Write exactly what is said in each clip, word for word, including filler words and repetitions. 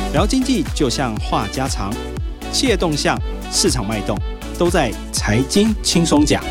聊经济就像话家常，企业动向、市场脉动，都在财经轻松讲。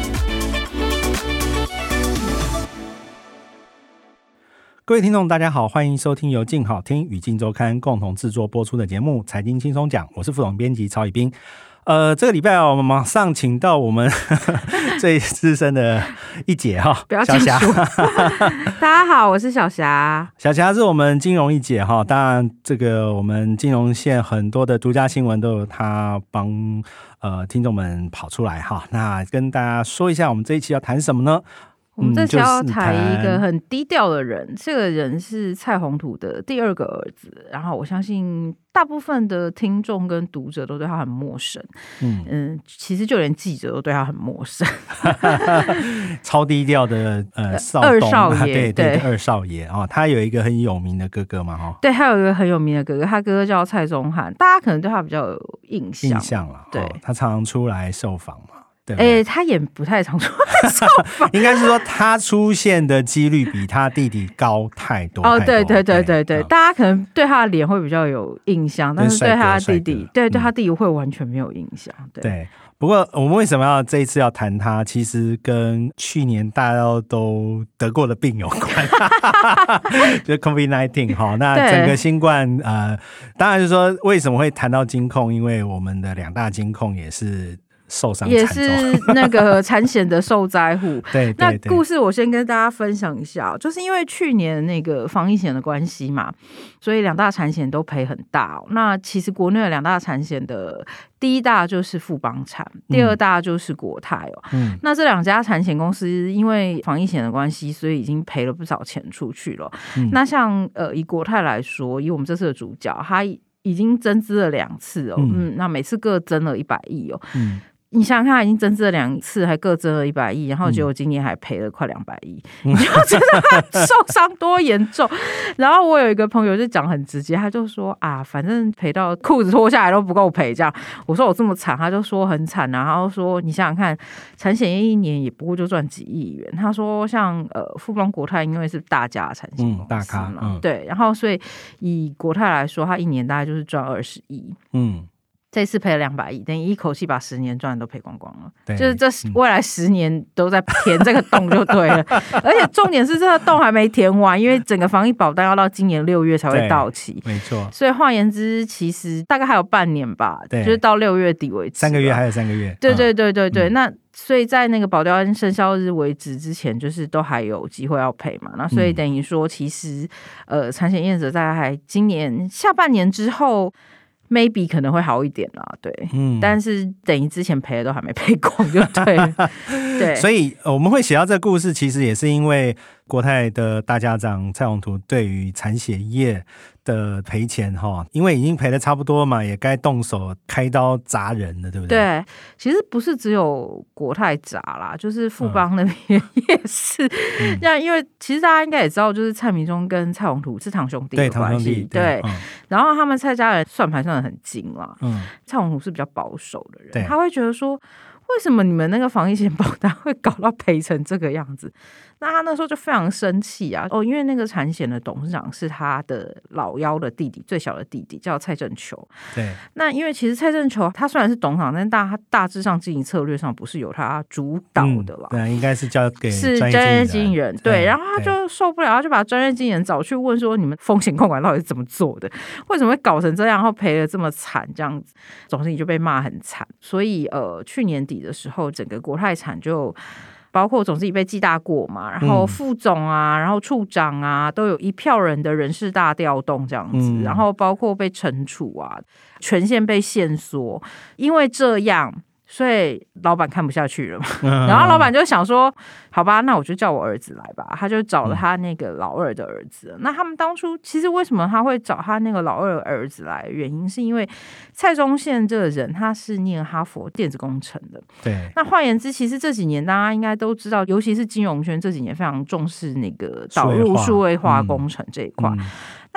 各位听众大家好，欢迎收听由静好听与静周刊共同制作播出的节目《财经轻松讲》，我是副总编辑曹以彬。呃，这个礼拜哦，我们马上请到我们最资深的一姐哈， 不要小霞。 大家好，我是小霞。 小霞是我们金融一姐哈，当然这个我们金融线很多的独家新闻都有她帮呃听众们跑出来哈。那跟大家说一下，我们这一期要谈什么呢？ 我们这期要谈一个很低调的人，嗯、这个人是蔡宏图的第二个儿子，然后我相信大部分的听众跟读者都对他很陌生，嗯, 嗯其实就连记者都对他很陌生， 超低调的呃少二少爷， 对 对, 对二少爷哦，他有一个很有名的哥哥嘛哈， 对，他有一个很有名的哥哥，他哥哥叫蔡宗翰，大家可能对他比较有印象， 印象了，对、哦，他常常出来受访嘛。 哎、欸，他也不太常出来受访， 应该是说他出现的几率比他弟弟高太多。 哦，对对对对对，大家可能对他的脸会比较有印象，但是对他弟弟，对对他弟弟会完全没有印象。对。对不过我们为什么要这一次要谈他，其实跟去年大家都得过的病有关就 COVID 十九 哈，那整个新冠呃，当然就是说为什么会谈到金控，因为我们的两大金控也是受伤惨重， 也是那个产险的受灾户。 对, 对, 对， 那故事我先跟大家分享一下，就是因为去年那个防疫险的关系嘛，所以两大产险都赔很大、哦。那其实国内的两大产险的第一大就是富邦产，第二大就是国泰哦。嗯、那这两家产险公司因为防疫险的关系，所以已经赔了不少钱出去了。嗯、那像呃以国泰来说，以我们这次的主角，他已经增资了两次哦，嗯, 嗯，那每次各增了一百亿哦，嗯。你想想看，他已经增资了两次，还各增了一百亿，然后结果今年还赔了快两百亿，嗯、你就知道他受伤多严重。然后我有一个朋友就讲很直接，他就说啊，反正赔到裤子脱下来都不够赔这样。我说我这么惨，他就说很惨啊。然后说你想想看，产险业一年也不过就赚几亿元。他说像呃富邦国泰因为是大家的产险公司嘛、嗯、大咖、嗯、对，然后所以以国泰来说，他一年大概就是赚二十亿，嗯。这次赔了两百亿，等于一口气把十年赚的都赔光光了。就是这未来十年都在填这个洞就对了。而且重点是这个洞还没填完，因为整个防疫保单要到今年六月才会到期。 没错。所以换言之，其实大概还有半年吧，就是到六月底为止。 三个月还有三个月。 对对对对对。嗯、那所以在那个保单生效日为止之前，就是都还有机会要赔嘛。那所以等于说，其实呃，产险业者大概还今年下半年之后。maybe 可能会好一点啦，对，嗯，但是等于之前赔的都还没赔光就对了，对， 所以我们会写到这个故事，其实也是因为国泰的大家长蔡宏图对于产险业的赔钱哈，因为已经赔的差不多嘛，也该动手开刀砸人了，对不对？ 对，其实不是只有国泰砸啦，就是富邦那边也是。嗯、那因为其实大家应该也知道，就是蔡明忠跟蔡宏图是堂兄弟的关系，对, 对、嗯，然后他们蔡家人算盘算得很精啦。嗯，蔡宏图是比较保守的人，他会觉得说，为什么你们那个防疫险保单会搞到赔成这个样子？那他那时候就非常生气啊！哦，因为那个产险的董事长是他的老幺的弟弟，最小的弟弟叫蔡正球。 对。那因为其实蔡正球他虽然是董事长，但大他大致上经营策略上不是由他主导的啦。 嗯、对，应该是交给是专业经纪人。对，然后他就受不了，他就把专业经纪人找去问说：“你们风险控管到底是怎么做的？为什么会搞成这样，然后赔了这么惨？这样子，总经理就被骂很惨。所以呃，去年底的时候，整个国泰产就。包括总经理被记大过嘛，然后副总啊，然后处长啊，都有一票人的人事大调动这样子，嗯、然后包括被惩处啊，权限被限缩，因为这样。所以老板看不下去了嘛，嗯、然后老板就想说，好吧，那我就叫我儿子来吧，他就找了他那个老二的儿子。嗯、那他们当初其实为什么他会找他那个老二儿子来？原因是因为蔡宗宪这个人他是念哈佛电子工程的， 对。 那换言之，其实这几年大家应该都知道，尤其是金融圈这几年非常重视那个导入数位化工程这一块。嗯嗯那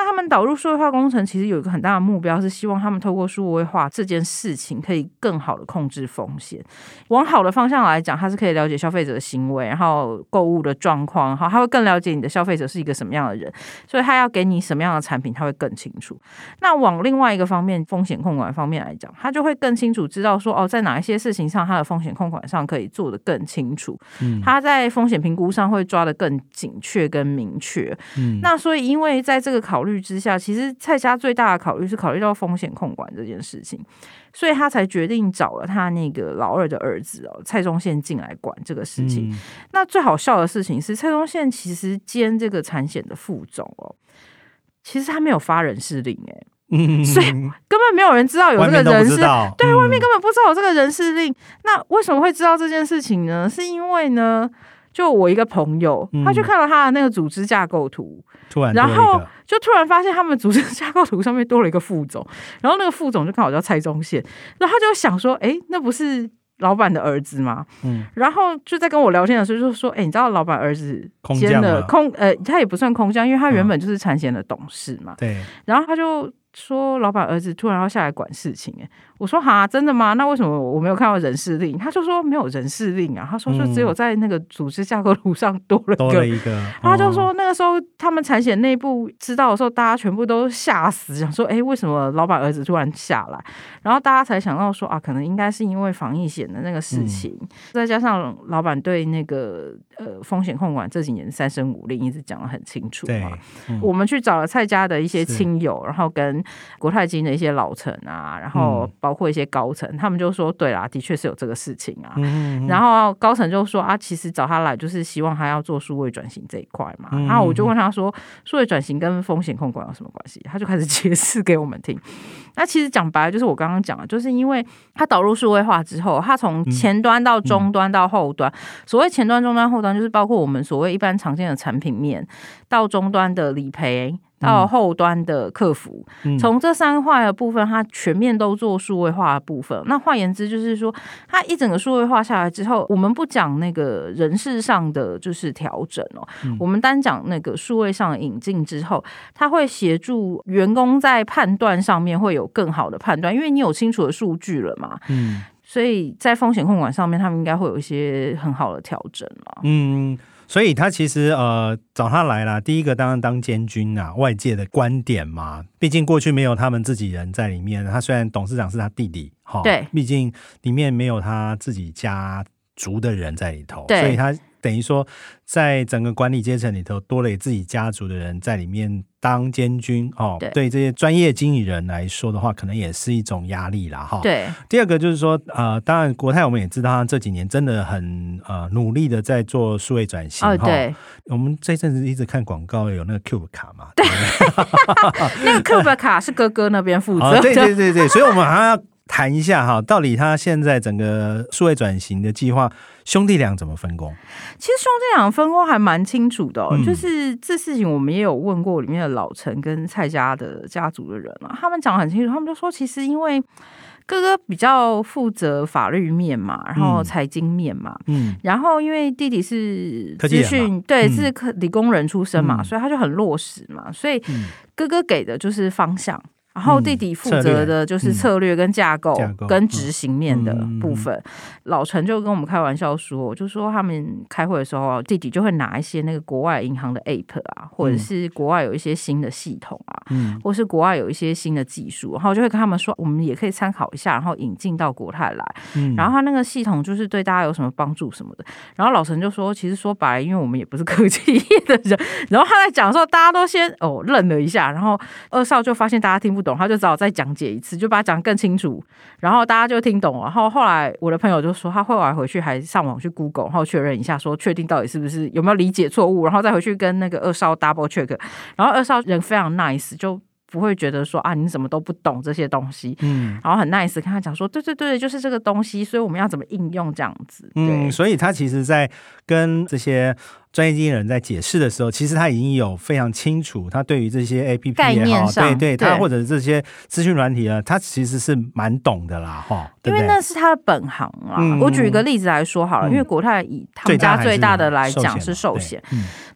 那他们导入数位化工程，其实有一个很大的目标，是希望他们透过数位化这件事情，可以更好的控制风险。往好的方向来讲，它是可以了解消费者的行为，然后购物的状况，然后他会更了解你的消费者是一个什么样的人，所以他要给你什么样的产品，他会更清楚。那往另外一个方面，风险控管方面来讲，他就会更清楚知道说，哦，在哪一些事情上，他的风险控管上可以做得更清楚。嗯，他在风险评估上会抓得更准确跟明确。嗯，那所以因为在这个考虑之下，其实蔡家最大的考虑是考虑到风险控管这件事情，所以他才决定找了他那个老二的儿子哦，蔡宗宪进来管这个事情。嗯，那最好笑的事情是，蔡宗宪其实兼这个产险的副总哦，其实他没有发人事令哎。嗯，所以根本没有人知道有这个人事，对、嗯，外面根本不知道有这个人事令。那为什么会知道这件事情呢？是因为呢，就我一个朋友，他去看了他的那个组织架构图， 突然， 然后就突然发现他们组织架构图上面多了一个副总，然后那个副总就刚好叫蔡宗宪，然后他就想说，哎，那不是老板的儿子吗？嗯，然后就在跟我聊天的时候就说，哎，你知道老板儿子兼了空呃，他也不算空降，因为他原本就是产险的董事嘛。对、嗯，然后他就说老板儿子突然要下来管事情，哎，我说哈，真的吗？那为什么我没有看到人事令？他就说没有人事令啊，他说就只有在那个组织架构图上多了一个， 多了一个。 他就说那个时候他们产险内部知道的时候，大家全部都吓死，想说哎，为什么老板儿子突然下来？然后大家才想到说啊，可能应该是因为防疫险的那个事情，嗯、再加上老板对那个呃风险控管这几年三申五令一直讲得很清楚嘛。嗯、我们去找了蔡家的一些亲友，然后跟国泰金的一些老臣啊，然后包括一些高层，他们就说对啦，的确是有这个事情啊。嗯、然后高层就说啊，其实找他来就是希望他要做数位转型这一块嘛。嗯、然后我就问他说，数位转型跟风险控管有什么关系？他就开始解释给我们听。那其实讲白了，就是我刚刚讲的，就是因为他导入数位化之后，他从前端到中端到后端，嗯、所谓前端、中端、后端，就是包括我们所谓一般常见的产品面，到中端的理赔。到后端的客服，从、嗯、这三块的部分，它全面都做数位化的部分。那换言之，就是说，它一整个数位化下来之后，我们不讲那个人事上的就是调整哦，嗯、我们单讲那个数位上的引进之后，它会协助员工在判断上面会有更好的判断，因为你有清楚的数据了嘛。嗯，所以在风险控管上面，他们应该会有一些很好的调整了。 嗯。所以他其实呃找他来啦，第一个当然当监军啊，外界的观点嘛，毕竟过去没有他们自己人在里面。他虽然董事长是他弟弟， 对， 毕竟里面没有他自己家族的人在里头，所以他等于说在整个管理阶层里头多了自己家族的人在里面当监军哦，对，对这些专业经理人来说的话，可能也是一种压力啦哈。 对， 第二个就是说呃，当然国泰我们也知道，他这几年真的很呃努力的在做数位转型。 哦，对， 我们这阵子一直看广告，有那个 Cube 卡嘛， 对，那个 Cube 卡是哥哥那边负责、 哦。对对对对，所以我们还要谈一下哈，到底他现在整个数位转型的计划，兄弟俩怎么分工？ 其实兄弟俩分工还蛮清楚的、哦嗯，就是这事情我们也有问过里面的老陈跟蔡家的家族的人啊，他们讲得很清楚，他们就说其实因为哥哥比较负责法律面嘛，然后财经面嘛，嗯，然后因为弟弟是资讯，对，嗯、是理工人出身嘛、嗯，所以他就很落实嘛，所以哥哥给的就是方向。然后弟弟负责的就是策略跟架构跟执行面的部分。嗯、老陈就跟我们开玩笑说，就说他们开会的时候，弟弟就会拿一些那个国外银行的 App 啊，或者是国外有一些新的系统啊，嗯、或是国外有一些新的技术，然后就会跟他们说，我们也可以参考一下，然后引进到国泰来。嗯、然后他那个系统就是对大家有什么帮助什么的。然后老陈就说，其实说白了，因为我们也不是科技业的人，然后他在讲的时候，大家都先哦愣了一下，然后二少就发现大家听不懂，他就只好再讲解一次，就把它讲更清楚，然后大家就听懂了。然后后来我的朋友就说，他后来回去还上网去 Google， 然后确认一下，说确定到底是不是有没有理解错误，然后再回去跟那个二少 double check。然后二少人非常 nice， 就不会觉得说啊你怎么都不懂这些东西，嗯，然后很 nice 跟他讲说，对对对，就是这个东西，所以我们要怎么应用这样子。 嗯，所以他其实在跟这些专业经纪人在解释的时候，其实他已经有非常清楚，他对于这些 A P P 概念上， 对对，他或者这些资讯软体啊，他其实是蛮懂的啦，哈， 因为那是他的本行啦。嗯、我举一个例子来说好了，嗯、因为国泰以他们家最大的来讲是寿险，嗯、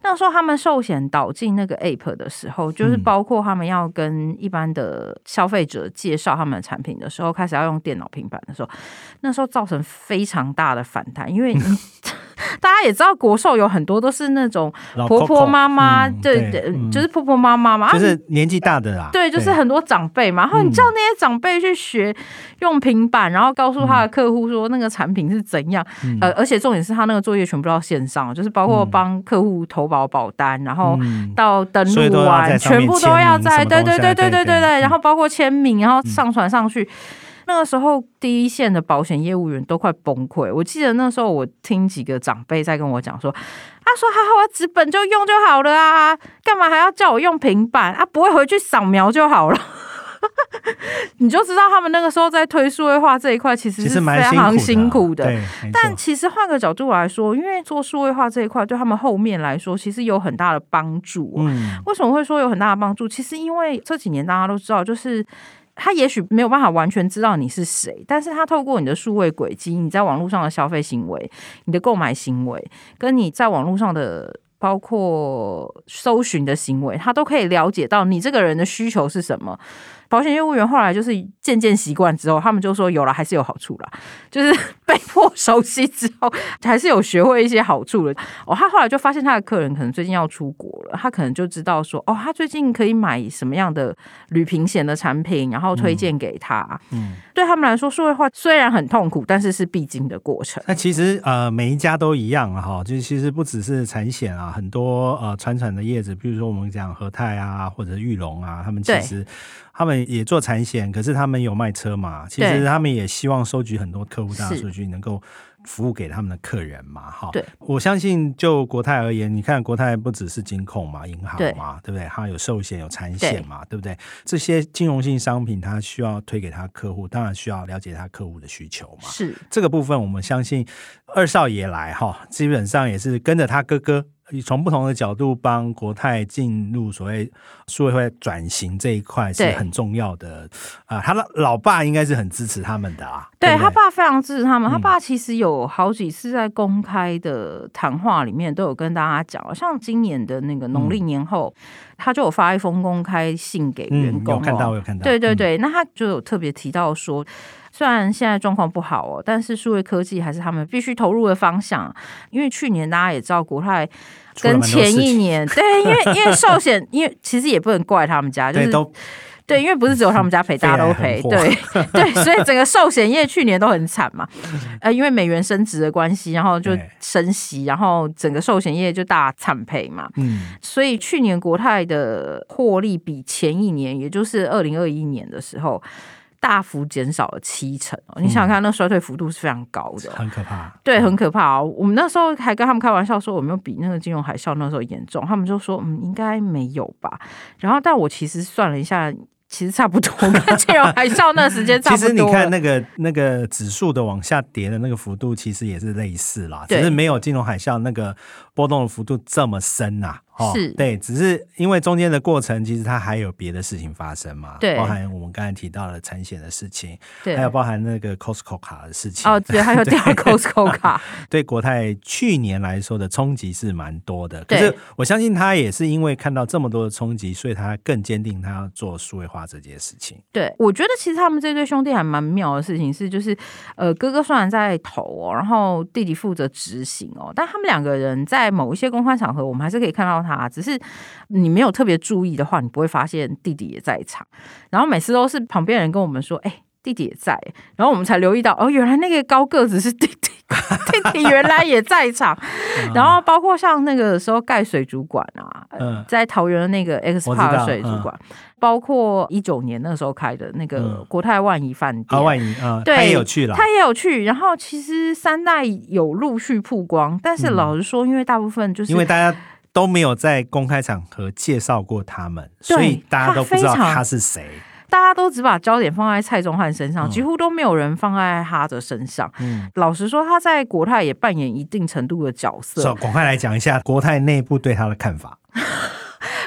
那时候他们寿险导进那个 App 的时候，就是包括他们要跟一般的消费者介绍他们的产品的时候，开始要用电脑平板的时候，那时候造成非常大的反弹，因为你大家也知道国寿有很多都是那种婆婆妈妈，对对、嗯，就是婆婆妈妈嘛， 就是年纪大的啦， 对，就是很多长辈嘛，然后你叫那些长辈去学用平板，然后告诉他的客户说那个产品是怎样，嗯、呃，而且重点是他那个作业全部都要线上，就是包括帮客户投保保单，然后到登录完，全部都要在，对对对对对对对，然后包括签名，然后上传上去。那个时候，第一线的保险业务员都快崩溃。我记得那时候，我听几个长辈在跟我讲说：“他说还好啊，纸本就用就好了啊，干嘛还要叫我用平板啊？不会回去扫描就好了。”你就知道他们那个时候在推数位化这一块，其实是非常辛苦的。但其实换个角度来说，因为做数位化这一块，对他们后面来说，其实有很大的帮助、哦。嗯，为什么会说有很大的帮助？其实因为这几年大家都知道，就是他也许没有办法完全知道你是谁，但是他透过你的数位轨迹，你在网络上的消费行为、你的购买行为，跟你在网络上的包括搜寻的行为，他都可以了解到你这个人的需求是什么。保险业务员后来就是渐渐习惯之后，他们就说有了还是有好处啦，就是被迫熟悉之后还是有学会一些好处的。哦，他后来就发现他的客人可能最近要出国了，他可能就知道说哦，他最近可以买什么样的旅平险的产品，然后推荐给他。嗯，对他们来说，数位化虽然很痛苦，但是是必经的过程。 那其实呃每一家都一样哈，就是其实不只是产险啊，很多呃传产的业者，比如说我们讲和泰啊，或者玉龙啊，他们其实他们也做产险，可是他们有卖车嘛，其实他们也希望收集很多客户大数据，能够服务给他们的客人嘛。对，我相信就国泰而言，你看国泰不只是金控嘛，银行嘛， 对, 对不对？它有寿险有产险嘛， 对, 对不对？这些金融性商品它需要推给他客户，当然需要了解他客户的需求嘛。是这个部分我们相信二少爷来基本上也是跟着他哥哥从不同的角度帮国泰进入所谓数位化转型这一块是很重要的、呃、他的老爸应该是很支持他们的啊。 对, 对, 对他爸非常支持他们、嗯、他爸其实有好几次在公开的谈话里面都有跟大家讲，像今年的那个农历年后、嗯、他就有发一封公开信给员工、哦嗯、 有看到我有看到。 对对对、嗯、那他就有特别提到说，虽然现在状况不好哦，但是数位科技还是他们必须投入的方向。因为去年大家也知道国泰跟前一年，对，因为因为寿险，因为其实也不能怪他们家，就是对, 对，因为不是只有他们家赔，大家都赔，对对，所以整个寿险业去年都很惨嘛。呃，因为美元升值的关系，然后就升息，然后整个寿险业就大惨赔嘛。嗯，所以去年国泰的获利比前一年，也就是二零二一年的时候，大幅减少了七成、哦、你想想看，那衰退幅度是非常高的、哦嗯、很可怕。对， 很可怕、哦、我们那时候还跟他们开玩笑说，有没有比那个金融海啸那时候严重？他们就说，嗯，应该没有吧。然后，但我其实算了一下，其实差不多，跟金融海啸那时间差不多。 其实你看那个那个指数的往下跌的那个幅度，其实也是类似啦，只是没有金融海啸那个波动的幅度这么深啊。哦、是对，只是因为中间的过程，其实它还有别的事情发生嘛，对，包含我们刚才提到的产险的事情，对，还有包含那个 Costco 卡的事情， 哦，对，还有第二 Costco 卡， 对国泰去年来说的冲击是蛮多的，可是我相信他也是因为看到这么多的冲击，所以他更坚定他要做数位化这件事情。 对，我觉得其实他们这对兄弟还蛮妙的事情是，就是呃，哥哥虽然在投哦，然后弟弟负责执行哦，但他们两个人在某一些公开场合，我们还是可以看到。只是你没有特别注意的话，你不会发现弟弟也在场。然后每次都是旁边人跟我们说：“哎、欸，弟弟也在。”然后我们才留意到，哦，原来那个高个子是弟弟，弟弟原来也在场。然后包括像那个时候盖水族馆啊，嗯、在桃园的那个 X Park 水族馆。嗯，包括一九年那时候开的那个国泰万怡饭店， 啊，万怡啊，对，他也有去了， 他也有去。然后其实三代有陆续曝光，但是老实说，因为大部分就是因为大家都没有在公开场合介绍过他们，所以大家都不知道他是谁。 大家都只把焦点放在蔡宗翰身上，嗯、几乎都没有人放在他的身上。嗯，老实说，他在国泰也扮演一定程度的角色。 赶快来讲一下国泰内部对他的看法。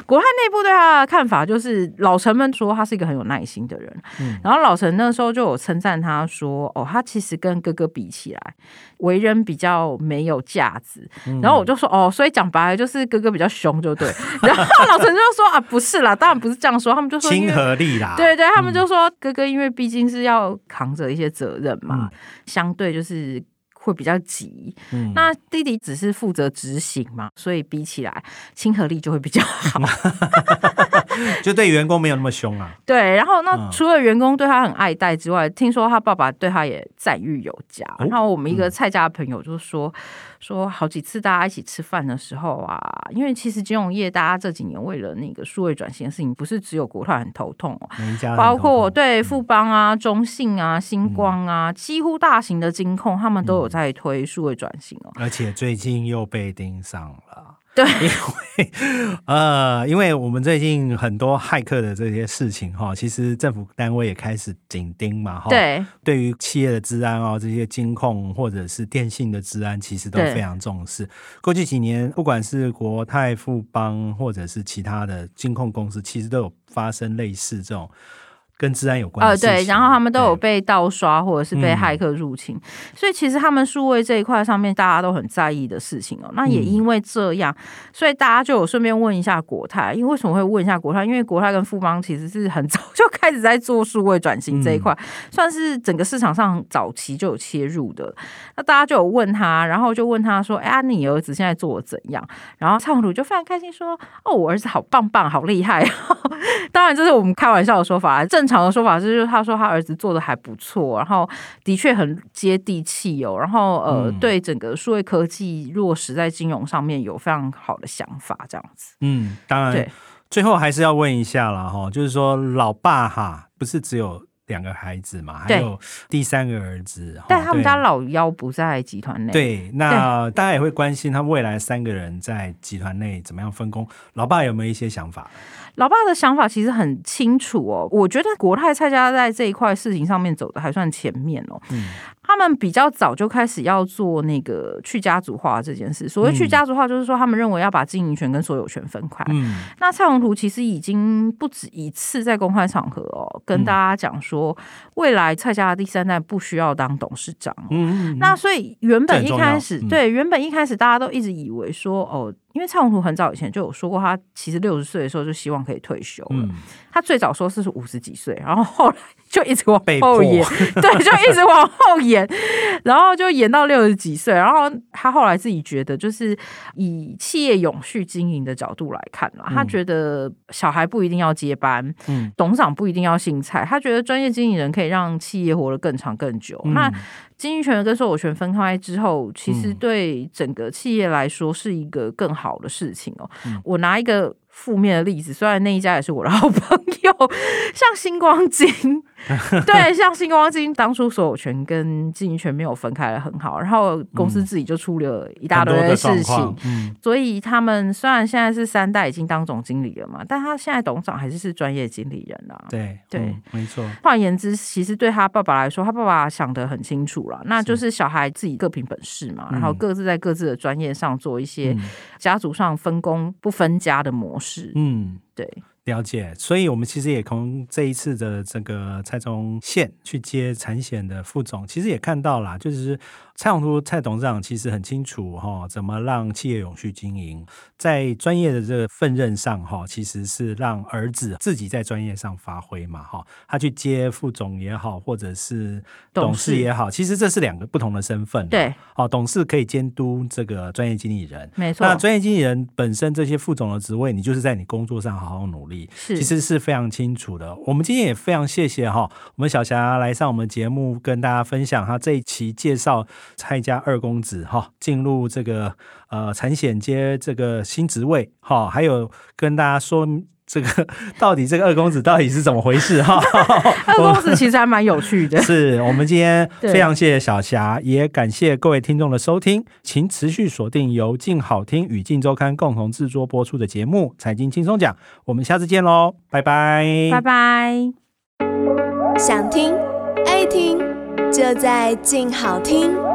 国泰内部对他的看法就是老陈们说他是一个很有耐心的人，嗯、然后老陈那时候就有称赞他说哦，他其实跟哥哥比起来为人比较没有架子，嗯、然后我就说哦，所以讲白了就是哥哥比较凶就对，然后老陈就说啊不是啦，当然不是这样说，他们就说亲和力啦， 对对，他们就说、嗯、哥哥因为毕竟是要扛着一些责任嘛，嗯、相对就是会比较急，嗯、那弟弟只是负责执行嘛，所以比起来亲和力就会比较好就对员工没有那么凶啊。 对，然后那除了员工对他很爱戴之外，嗯、听说他爸爸对他也赞誉有加。哦、然后我们一个蔡家的朋友就说、嗯、说好几次大家一起吃饭的时候啊，因为其实金融业大家这几年为了那个数位转型的事情，不是只有国泰很头痛哦，包括对富邦啊、中信啊、星光啊，嗯、几乎大型的金控他们都有在推数位转型哦， 而且最近又被盯上了。 对， 因为呃，因为我们最近很多骇客的这些事情哈，其实政府单位也开始紧盯嘛哈。 对， 对于企业的治安哦，这些金控或者是电信的治安，其实都非常重视。过去几年，不管是国泰、富邦或者是其他的金控公司，其实都有发生类似这种跟治安有关的事情，呃， 对，然后他们都有被盗刷或者是被骇客入侵，嗯、所以其实他们数位这一块上面大家都很在意的事情哦。那也因为这样，嗯、所以大家就有顺便问一下国泰，因为为什么会问一下国泰？因为国泰跟富邦其实是很早就开始在做数位转型这一块，嗯、算是整个市场上早期就有切入的。那大家就有问他，然后就问他说：“哎呀，你儿子现在做的怎样？”然后蔡宏儒就非常开心说：“哦，我儿子好棒棒，好厉害。”当然这是我们开玩笑的说法，正常的说法是，他说他儿子做的还不错，然后的确很接地气哦，然后呃，嗯、对整个数位科技落实在金融上面有非常好的想法，这样子。 嗯，当然，最后还是要问一下啦哈，就是说老爸哈，不是只有两个孩子嘛，还有第三个儿子， 但他们家老幺不在集团内。 对，那大家也会关心他未来三个人在集团内怎么样分工，老爸有没有一些想法？ 老爸的想法其实很清楚哦，我觉得国泰蔡家在这一块事情上面走的还算前面哦。嗯，他们比较早就开始要做那个去家族化这件事。所谓去家族化，就是说他们认为要把经营权跟所有权分开。嗯，那蔡宏儒其实已经不止一次在公开场合哦，跟大家讲说，未来蔡家的第三代不需要当董事长。嗯，那所以原本一开始，对，原本一开始大家都一直以为说，哦。因为蔡宏儒很早以前就有说过，他其实六十岁的时候就希望可以退休了。嗯、他最早说是五十几岁，然后后来就一直往后延，对，就一直往后延，然后就延到六十几岁。然后他后来自己觉得，就是以企业永续经营的角度来看啦，嗯、他觉得小孩不一定要接班，嗯、董事长不一定要姓蔡，他觉得专业经理人可以让企业活得更长更久。嗯、那经营权跟所有权分开之后，其实对整个企业来说是一个更好的事情哦。嗯、我拿一个负面的例子，虽然那一家也是我的好朋友，像星光金，对，像星光金当初所有权跟经营权没有分开的很好，然后公司自己就出了一大堆的事情，嗯、所以他们虽然现在是三代已经当总经理了嘛，但他现在董事长还是是专业经理人啊。 对对、嗯，没错。 换言之，其实对他爸爸来说，他爸爸想得很清楚了，那就是小孩自己各凭本事嘛，然后各自在各自的专业上做一些家族上分工不分家的模式。嗯，对， 了解。所以我们其实也从这一次的这个蔡宗宪去接产险的副总，其实也看到啦，就是蔡宏儒蔡董事长其实很清楚哈，怎么让企业永续经营，在专业的这个分任上哈，其实是让儿子自己在专业上发挥嘛哈，他去接副总也好，或者是董事也好，其实这是两个不同的身份。 对， 好，董事可以监督这个专业经理人， 没错。 那专业经理人本身这些副总的职位，你就是在你工作上好好努力，其实是非常清楚的。我们今天也非常谢谢哈，我们小霞来上我们节目跟大家分享他这一期介绍蔡家二公子哈进入这个呃产险接这个新职位哈，还有跟大家说这个到底这个二公子到底是怎么回事哈？ 二公子其实还蛮有趣的。 是我们今天非常谢谢小霞，也感谢各位听众的收听，请持续锁定由静好听与静周刊共同制作播出的节目《财经轻松讲》，我们下次见喽，拜拜， 拜拜。 想听爱听，就在静好听。